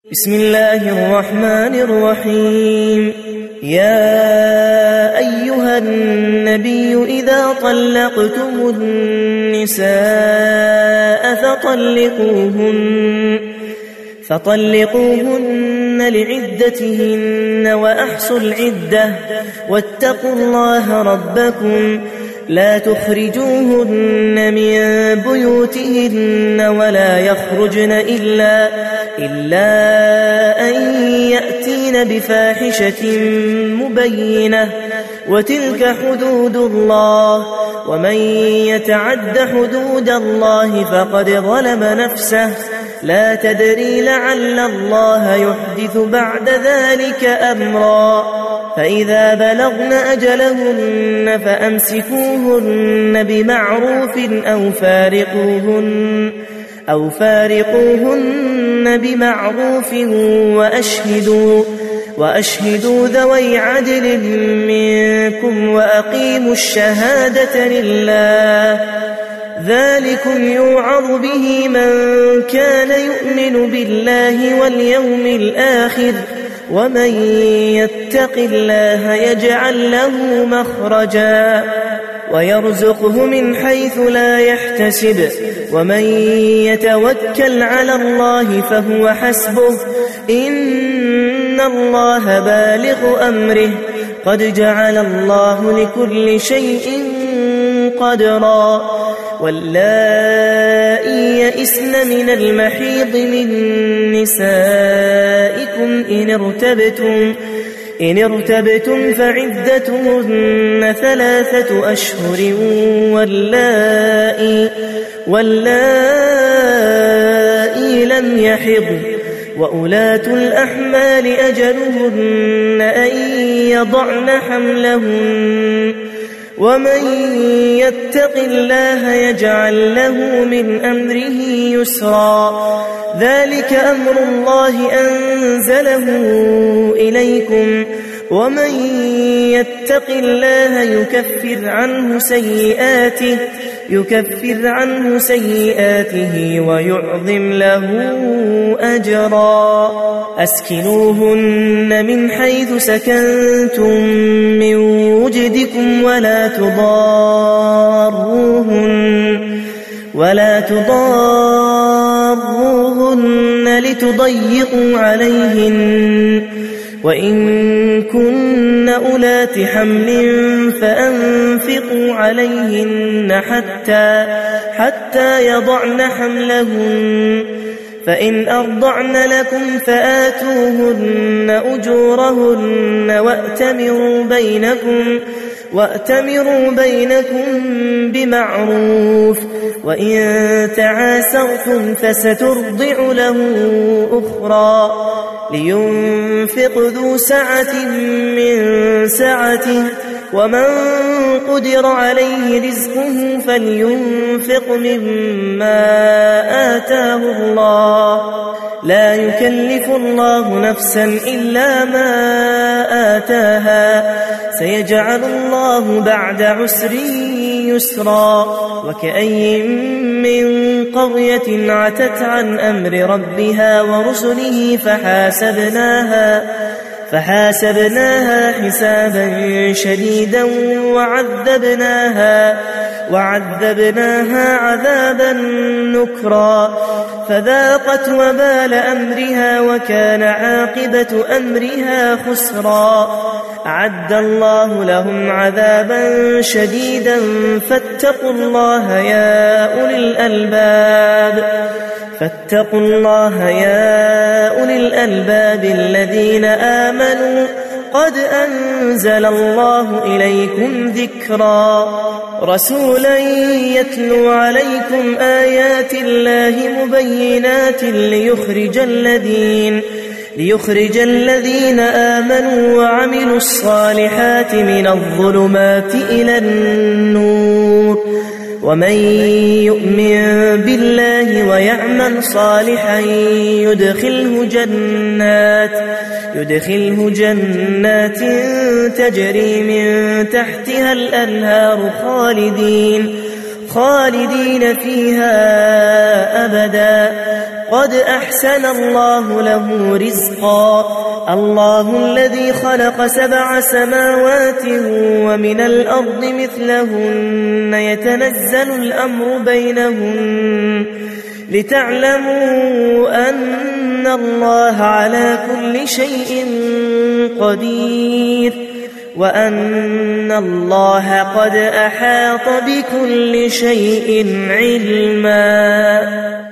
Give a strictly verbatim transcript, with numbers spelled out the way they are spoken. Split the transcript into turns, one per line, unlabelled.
بسم الله الرحمن الرحيم. يا أيها النبي إذا طلقتم النساء فطلقوهن فطلقوهن لعدتهن وأحصوا العدة واتقوا الله ربكم لا تخرجوهن من بيوتهن ولا يخرجن إلا, إلا أن يأتين بفاحشة مبينة وتلك حدود الله ومن يتعد حدود الله فقد ظلم نفسه لا تدري لعل الله يحدث بعد ذلك أمرا فإذا بلغن أجلهن فأمسكوهن بمعروف أو فارقوهن أو فارقوهن بمعروف وأشهدوا وأشهدوا ذوي عدل منكم وأقيموا الشهادة لله ذلكم يوعظ به من كان يؤمن بالله واليوم الآخر ومن يتق الله يجعل له مخرجا ويرزقه من حيث لا يحتسب ومن يتوكل على الله فهو حسبه إن الله بالغ أمره قد جعل الله لكل شيء قدرا واللائي يئسن من المحيض من نسائكم إن ارتبتم إن ارتبتم فعدتهن ثلاثة أشهر واللائي واللائي لم يحضن وأولاة الأحمال أجلهن أن يضعن حملهن ومن يتق الله يجعل له من أمره يسرا ذلك أمر الله أنزله إليكم ومن يتق الله يكفر عنه سيئاته يكفر عنه سيئاته ويعظم له أجرا أسكنوهن من حيث سكنتم من وجدكم ولا تضاروهن ولا تضاروهن لتضيقوا عليهن وإن كن أولات حمل فأنفقوا عليهن حتى حتى يضعن حملهن فإن أرضعن لكم فآتوهن أجورهن وأتمروا بينكم وأتمروا بينكم بمعروف وإن تعاسرتم فسترضع له أخرى لينفق ذو سعة من سعته ومن قدر عليه رزقه فلينفق مما آتاه الله لا يكلف الله نفسا إلا ما آتاها سيجعل الله بعد عسر يسرا وكأي من قرية عتت عن أمر ربها ورسله فحاسبناها فحاسبناها حسابا شديدا وعذبناها وعذبناها عذابا نكرا فذاقت وبال أمرها وكان عاقبة أمرها خسرا أعد الله لهم عذابا شديدا فاتقوا الله يا أولي الألباب فاتقوا الله يا أولي الألباب الذين آمنوا قد أنزل الله إليكم ذكرا رسولا يتلو عليكم آيات الله مبينات ليخرج الذين ليخرج الذين آمنوا وعملوا الصالحات من الظلمات إلى النور ومن يؤمن بالله ويعمل صالحا يدخله جنات يدخله جنات تجري من تحتها الأنهار خالدين خالدين فيها أبدا قد أحسن الله له رزقا الله الذي خلق سبع سماوات ومن الأرض مثلهن يتنزل الأمر بينهن لتعلموا أن الله على كل شيء قدير وأن الله قد أحاط بكل شيء علما.